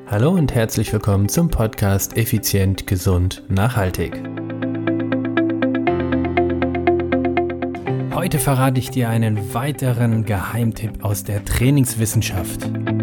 Hallo und herzlich willkommen zum Podcast Effizient, Gesund, Nachhaltig. Heute verrate ich dir einen weiteren Geheimtipp aus der Trainingswissenschaft.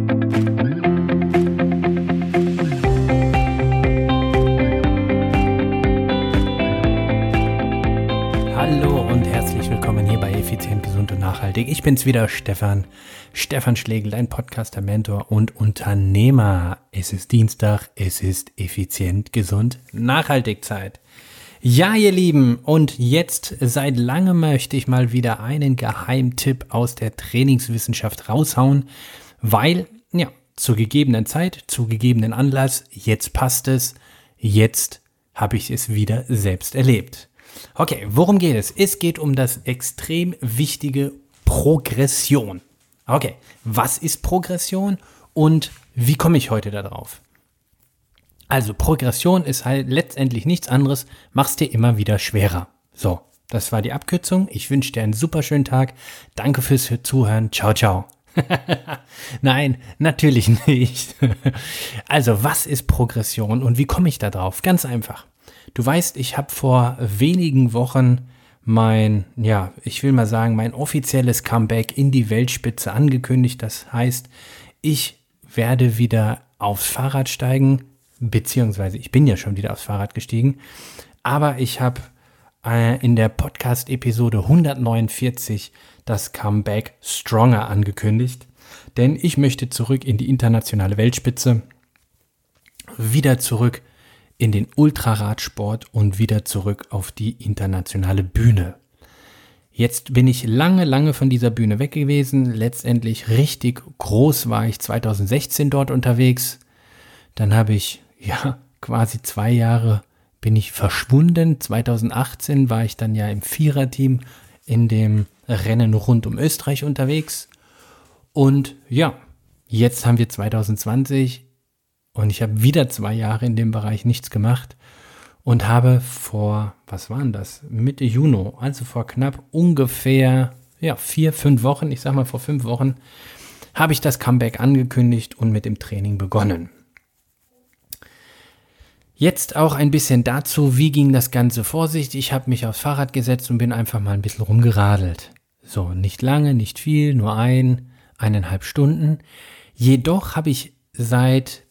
Hallo und herzlich willkommen hier bei Effizient, Gesund und Nachhaltig. Ich bin's wieder, Stefan Schlegel, dein Podcaster, Mentor und Unternehmer. Es ist Dienstag, es ist Effizient, Gesund, Nachhaltig Zeit. Ja, ihr Lieben, und jetzt seit langem möchte ich mal wieder einen Geheimtipp aus der Trainingswissenschaft raushauen, weil, ja, zur gegebenen Zeit, zu gegebenen Anlass, jetzt passt es, jetzt habe ich es wieder selbst erlebt. Okay, worum geht es? Es geht um das extrem wichtige Progression. Okay, was ist Progression und wie komme ich heute da drauf? Also Progression ist halt letztendlich nichts anderes, machst dir immer wieder schwerer. So, das war die Abkürzung. Ich wünsche dir einen super schönen Tag. Danke fürs Zuhören. Ciao, ciao. Nein, natürlich nicht. Also, was ist Progression und wie komme ich da drauf? Ganz einfach. Du weißt, ich habe vor wenigen Wochen mein offizielles Comeback in die Weltspitze angekündigt. Das heißt, ich werde wieder aufs Fahrrad steigen, beziehungsweise ich bin ja schon wieder aufs Fahrrad gestiegen, aber ich habe in der Podcast-Episode 149 das Comeback Stronger angekündigt, denn ich möchte zurück in die internationale Weltspitze, wieder zurück in den Ultraradsport und wieder zurück auf die internationale Bühne. Jetzt bin ich lange von dieser Bühne weg gewesen. Letztendlich richtig groß war ich 2016 dort unterwegs. Dann habe ich, quasi 2 Jahre bin ich verschwunden. 2018 war ich dann ja im Viererteam in dem Rennen rund um Österreich unterwegs. Und ja, jetzt haben wir 2020 und ich habe wieder 2 Jahre in dem Bereich nichts gemacht und habe Mitte Juni, also vor knapp ungefähr 4-5 Wochen, ich sag mal vor 5 Wochen, habe ich das Comeback angekündigt und mit dem Training begonnen. Jetzt auch ein bisschen dazu, wie ging das Ganze vor sich. Ich habe mich aufs Fahrrad gesetzt und bin einfach mal ein bisschen rumgeradelt. So, nicht lange, nicht viel, nur 1,5 Stunden. Jedoch habe ich seit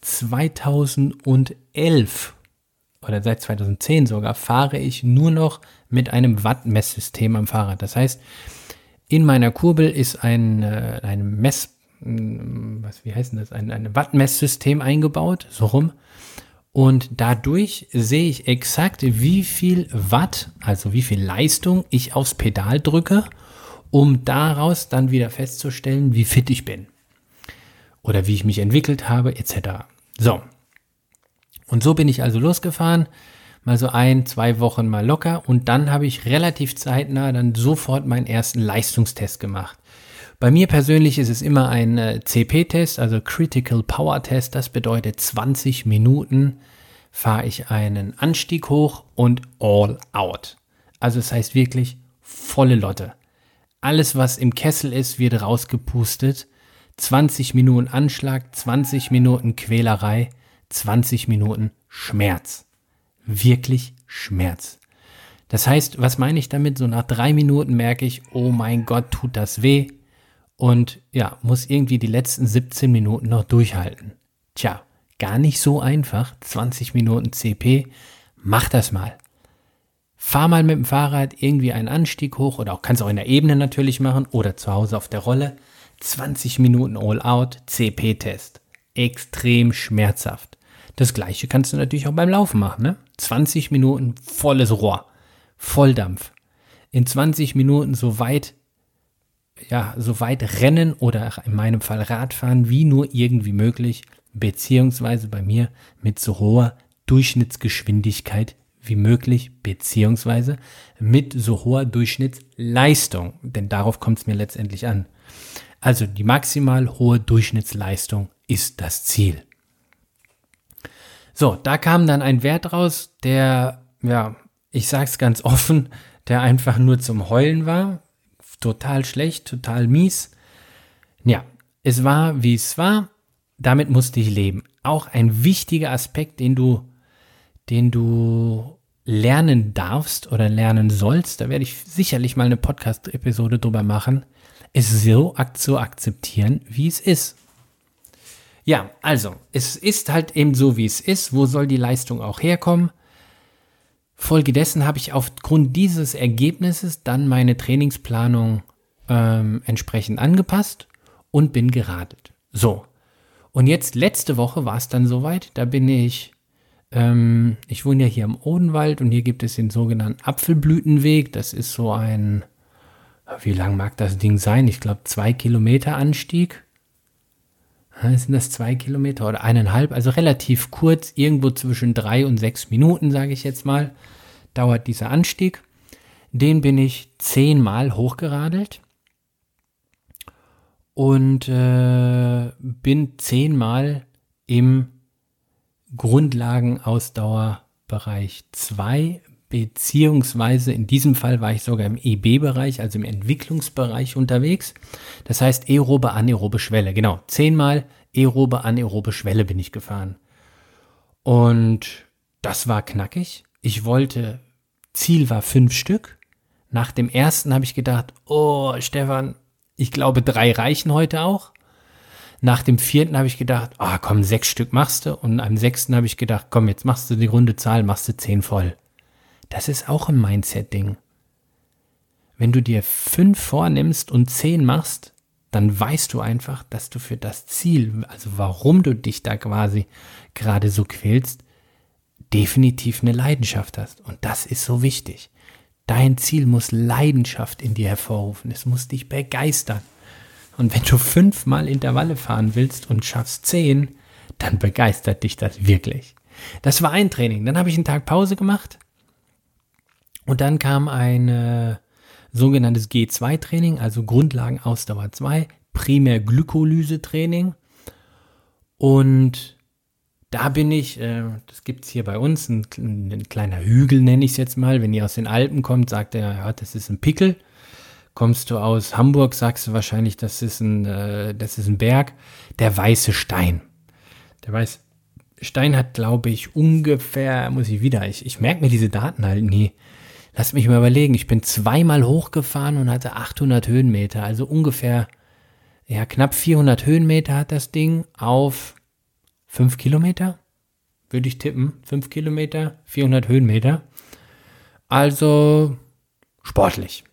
2011 oder seit 2010 sogar fahre ich nur noch mit einem Wattmesssystem am Fahrrad. Das heißt, in meiner Kurbel ist ein Wattmesssystem eingebaut, so rum. Und dadurch sehe ich exakt, wie viel Watt, also wie viel Leistung ich aufs Pedal drücke, um daraus dann wieder festzustellen, wie fit ich bin. Oder wie ich mich entwickelt habe, etc. So. Und so bin ich also losgefahren, mal so 1-2 Wochen mal locker und dann habe ich relativ zeitnah dann sofort meinen ersten Leistungstest gemacht. Bei mir persönlich ist es immer ein CP-Test, also Critical Power Test. Das bedeutet 20 Minuten fahre ich einen Anstieg hoch und all out. Also das heißt wirklich volle Lotte. Alles, was im Kessel ist, wird rausgepustet. 20 Minuten Anschlag, 20 Minuten Quälerei, 20 Minuten Schmerz. Wirklich Schmerz. Das heißt, was meine ich damit? So nach 3 Minuten merke ich, oh mein Gott, tut das weh. Und muss irgendwie die letzten 17 Minuten noch durchhalten. Tja, gar nicht so einfach. 20 Minuten CP, mach das mal. Fahr mal mit dem Fahrrad irgendwie einen Anstieg hoch oder kannst auch in der Ebene natürlich machen oder zu Hause auf der Rolle. 20 Minuten All-Out, CP-Test. Extrem schmerzhaft. Das gleiche kannst du natürlich auch beim Laufen machen, ne? 20 Minuten volles Rohr, Volldampf. In 20 Minuten so weit rennen oder in meinem Fall Radfahren wie nur irgendwie möglich, beziehungsweise bei mir mit so hoher Durchschnittsgeschwindigkeit wie möglich, beziehungsweise mit so hoher Durchschnittsleistung, denn darauf kommt es mir letztendlich an. Also die maximal hohe Durchschnittsleistung ist das Ziel. So, da kam dann ein Wert raus, der, ich sag's ganz offen, der einfach nur zum Heulen war. Total schlecht, total mies. Ja, es war, wie es war. damit musste ich leben. Auch ein wichtiger Aspekt, den du lernen darfst oder lernen sollst, da werde ich sicherlich mal eine Podcast-Episode drüber machen, es so zu akzeptieren, wie es ist. Ja, also, es ist halt eben so, wie es ist. Wo soll die Leistung auch herkommen? Folgedessen habe ich aufgrund dieses Ergebnisses dann meine Trainingsplanung entsprechend angepasst und bin geradelt. So, und jetzt letzte Woche war es dann soweit, da bin ich wohne ja hier im Odenwald und hier gibt es den sogenannten Apfelblütenweg. Das ist so ein, wie lang mag das Ding sein? Ich glaube 2 Kilometer Anstieg. Sind das 2 Kilometer oder 1,5? Also relativ kurz, irgendwo zwischen 3 und 6 Minuten, sage ich jetzt mal, dauert dieser Anstieg. Den bin ich 10-mal hochgeradelt und bin 10-mal im Grundlagenausdauerbereich 2, beziehungsweise in diesem Fall war ich sogar im EB-Bereich, also im Entwicklungsbereich unterwegs. Das heißt aerobe, anaerobe Schwelle. Genau, 10-mal aerobe, anaerobe Schwelle bin ich gefahren. Und das war knackig. Ziel war 5 Stück. Nach dem ersten habe ich gedacht, oh Stefan, ich glaube 3 reichen heute auch. Nach dem 4. habe ich gedacht, komm, 6 Stück machst du. Und am 6. habe ich gedacht, komm, jetzt machst du die runde Zahl, machst du 10 voll. Das ist auch ein Mindset-Ding. Wenn du dir 5 vornimmst und 10 machst, dann weißt du einfach, dass du für das Ziel, also warum du dich da quasi gerade so quälst, definitiv eine Leidenschaft hast. Und das ist so wichtig. Dein Ziel muss Leidenschaft in dir hervorrufen. Es muss dich begeistern. Und wenn du 5-mal Intervalle fahren willst und schaffst 10, dann begeistert dich das wirklich. Das war ein Training. Dann habe ich einen Tag Pause gemacht und dann kam ein sogenanntes G2-Training, also Grundlagenausdauer 2, primär Glykolyse-Training. Und da bin ich, das gibt es hier bei uns, ein kleiner Hügel nenne ich es jetzt mal. Wenn ihr aus den Alpen kommt, sagt er, ja, das ist ein Pickel. Kommst du aus Hamburg, sagst du wahrscheinlich, das ist ein Berg, der Weiße Stein. Der Weiße Stein hat, glaube ich, ungefähr, ich merke mir diese Daten halt nie. Lass mich mal überlegen, ich bin 2-mal hochgefahren und hatte 800 Höhenmeter, also ungefähr, ja, knapp 400 Höhenmeter hat das Ding auf 5 Kilometer, würde ich tippen, 5 Kilometer, 400 Höhenmeter, also sportlich.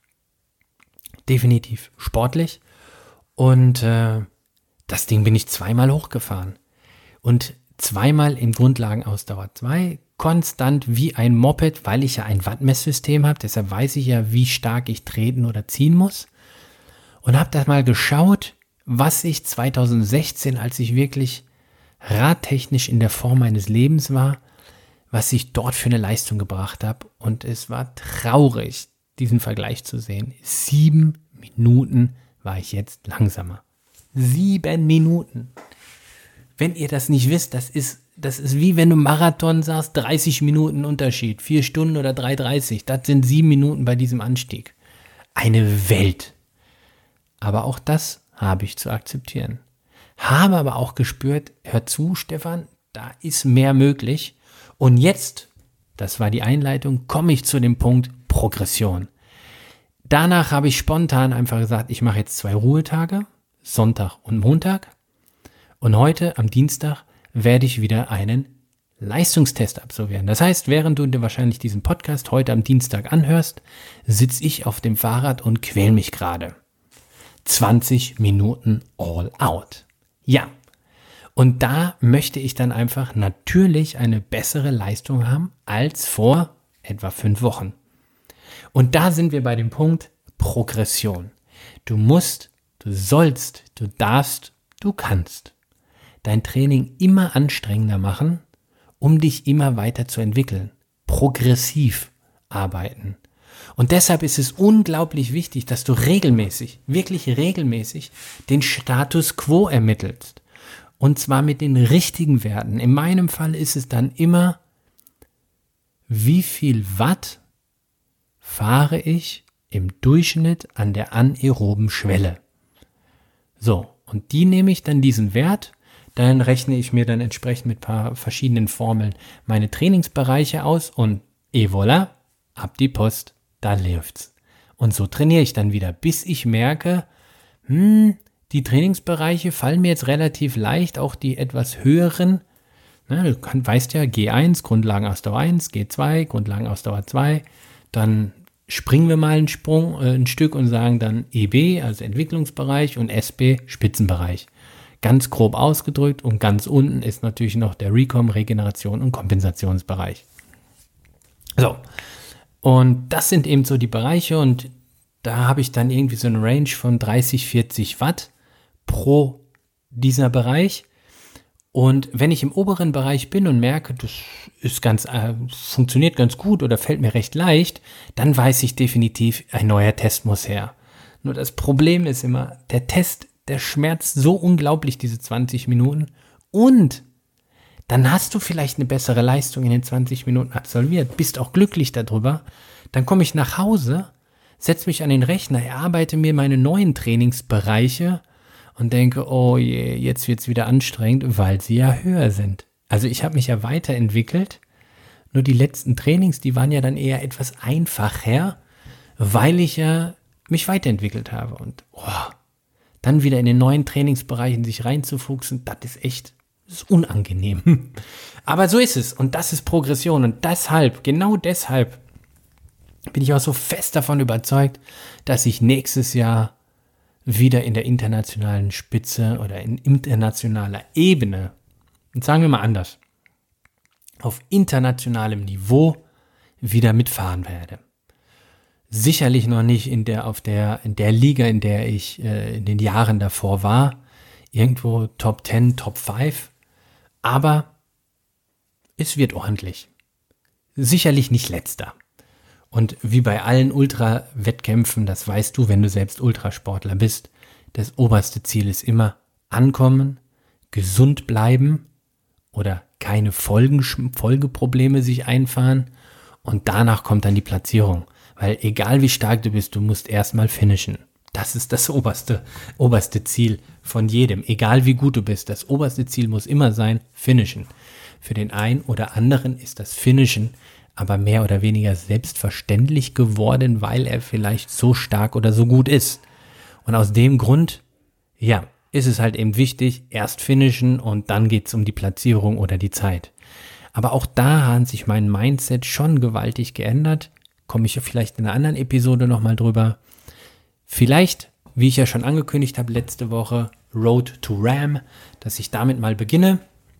Definitiv sportlich. Und das Ding bin ich 2-mal hochgefahren. Und 2-mal im Grundlagenausdauer 2, konstant wie ein Moped, weil ich ja ein Wattmesssystem habe. Deshalb weiß ich ja, wie stark ich treten oder ziehen muss. Und habe da mal geschaut, was ich 2016, als ich wirklich radtechnisch in der Form meines Lebens war, was ich dort für eine Leistung gebracht habe. Und es war traurig, diesen Vergleich zu sehen. 7 Minuten war ich jetzt langsamer. 7 Minuten. Wenn ihr das nicht wisst, das ist wie wenn du Marathon sagst, 30 Minuten Unterschied, 4 Stunden oder 3,30. Das sind 7 Minuten bei diesem Anstieg. Eine Welt. Aber auch das habe ich zu akzeptieren. Habe aber auch gespürt, hör zu, Stefan, da ist mehr möglich. Und jetzt, das war die Einleitung, komme ich zu dem Punkt Progression. Danach habe ich spontan einfach gesagt, ich mache jetzt 2 Ruhetage, Sonntag und Montag. Und heute, am Dienstag, werde ich wieder einen Leistungstest absolvieren. Das heißt, während du dir wahrscheinlich diesen Podcast heute am Dienstag anhörst, sitze ich auf dem Fahrrad und quäl mich gerade. 20 Minuten all out. Ja, und da möchte ich dann einfach natürlich eine bessere Leistung haben als vor etwa 5 Wochen. Und da sind wir bei dem Punkt Progression. Du musst, du sollst, du darfst, du kannst dein Training immer anstrengender machen, um dich immer weiter zu entwickeln. Progressiv arbeiten. Und deshalb ist es unglaublich wichtig, dass du regelmäßig, wirklich regelmäßig den Status quo ermittelst. Und zwar mit den richtigen Werten. In meinem Fall ist es dann immer, wie viel Watt fahre ich im Durchschnitt an der anaeroben Schwelle. So, und die nehme ich dann diesen Wert, dann rechne ich mir dann entsprechend mit ein paar verschiedenen Formeln meine Trainingsbereiche aus und et voilà, ab die Post, da läuft's. Und so trainiere ich dann wieder, bis ich merke, die Trainingsbereiche fallen mir jetzt relativ leicht, auch die etwas höheren. Du weißt ja, G1, Grundlagenausdauer 1, G2, Grundlagenausdauer 2, dann springen wir mal ein Stück und sagen dann EB, also Entwicklungsbereich, und SB, Spitzenbereich. Ganz grob ausgedrückt, und ganz unten ist natürlich noch der Recom, Regeneration und Kompensationsbereich. So, und das sind eben so die Bereiche, und da habe ich dann irgendwie so eine Range von 30, 40 Watt pro dieser Bereich. Und wenn ich im oberen Bereich bin und merke, das ist funktioniert ganz gut oder fällt mir recht leicht, dann weiß ich definitiv, ein neuer Test muss her. Nur das Problem ist immer, der Test, der schmerzt so unglaublich, diese 20 Minuten. Und dann hast du vielleicht eine bessere Leistung in den 20 Minuten absolviert, bist auch glücklich darüber. Dann komme ich nach Hause, setze mich an den Rechner, erarbeite mir meine neuen Trainingsbereiche und denke, oh je, jetzt wird's wieder anstrengend, weil sie ja höher sind. Also ich habe mich ja weiterentwickelt, nur die letzten Trainings, die waren ja dann eher etwas einfacher, weil ich ja mich weiterentwickelt habe. Und dann wieder in den neuen Trainingsbereichen sich reinzufuchsen, das ist unangenehm. Aber so ist es, und das ist Progression, und genau deshalb bin ich auch so fest davon überzeugt, dass ich nächstes Jahr wieder in der internationalen Spitze oder in internationaler Ebene, und sagen wir mal anders, auf internationalem Niveau wieder mitfahren werde. Sicherlich noch nicht in der Liga, in der ich in den Jahren davor war, irgendwo Top 10, Top 5, aber es wird ordentlich. Sicherlich nicht letzter. Und wie bei allen Ultra-Wettkämpfen, das weißt du, wenn du selbst Ultrasportler bist, das oberste Ziel ist immer ankommen, gesund bleiben oder keine Folgeprobleme sich einfahren, und danach kommt dann die Platzierung. Weil egal wie stark du bist, du musst erstmal finishen. Das ist das oberste Ziel von jedem. Egal wie gut du bist, das oberste Ziel muss immer sein, finishen. Für den einen oder anderen ist das Finishen aber mehr oder weniger selbstverständlich geworden, weil er vielleicht so stark oder so gut ist. Und aus dem Grund, ist es halt eben wichtig, erst finishen und dann geht's um die Platzierung oder die Zeit. Aber auch da hat sich mein Mindset schon gewaltig geändert. Komme ich ja vielleicht in einer anderen Episode nochmal drüber. Vielleicht, wie ich ja schon angekündigt habe letzte Woche, Road to Ram, dass ich damit mal beginne.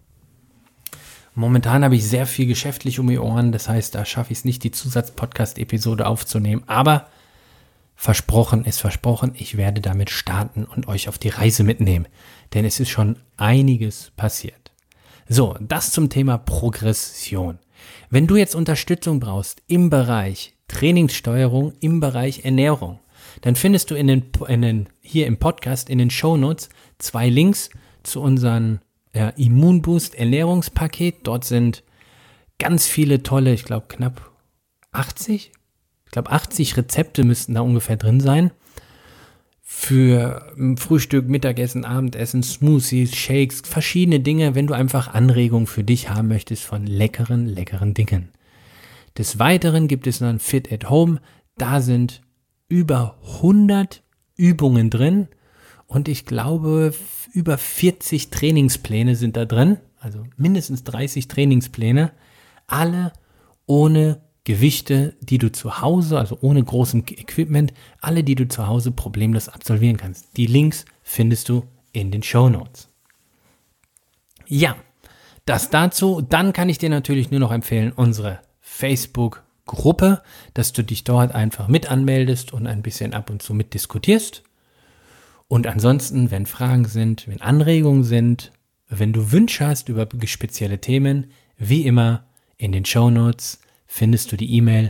Momentan habe ich sehr viel geschäftlich um die Ohren, das heißt, da schaffe ich es nicht, die Zusatz-Podcast-Episode aufzunehmen. Aber versprochen ist versprochen, ich werde damit starten und euch auf die Reise mitnehmen. Denn es ist schon einiges passiert. So, das zum Thema Progression. Wenn du jetzt Unterstützung brauchst im Bereich Trainingssteuerung, im Bereich Ernährung, dann findest du hier im Podcast in den Shownotes 2 Links zu unseren Immunboost Ernährungspaket. Dort sind ganz viele tolle, ich glaube 80 Rezepte müssten da ungefähr drin sein. Für Frühstück, Mittagessen, Abendessen, Smoothies, Shakes, verschiedene Dinge, wenn du einfach Anregungen für dich haben möchtest von leckeren Dingen. Des Weiteren gibt es noch ein Fit at Home. Da sind über 100 Übungen drin. Und ich glaube, über 40 Trainingspläne sind da drin, also mindestens 30 Trainingspläne, alle ohne Gewichte, die du zu Hause, also ohne großem Equipment, alle, die du zu Hause problemlos absolvieren kannst. Die Links findest du in den Shownotes. Ja, das dazu. Dann kann ich dir natürlich nur noch empfehlen, unsere Facebook-Gruppe, dass du dich dort einfach mit anmeldest und ein bisschen ab und zu mitdiskutierst. Und ansonsten, wenn Fragen sind, wenn Anregungen sind, wenn du Wünsche hast über spezielle Themen, wie immer in den Shownotes findest du die E-Mail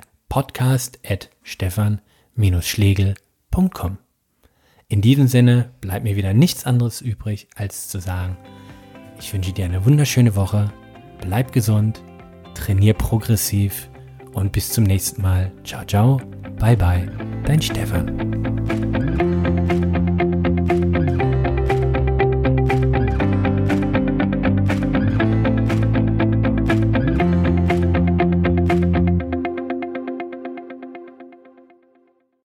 podcast@stefan-schlegel.com. In diesem Sinne bleibt mir wieder nichts anderes übrig, als zu sagen, ich wünsche dir eine wunderschöne Woche, bleib gesund, trainier progressiv und bis zum nächsten Mal. Ciao, ciao, bye bye, dein Stefan.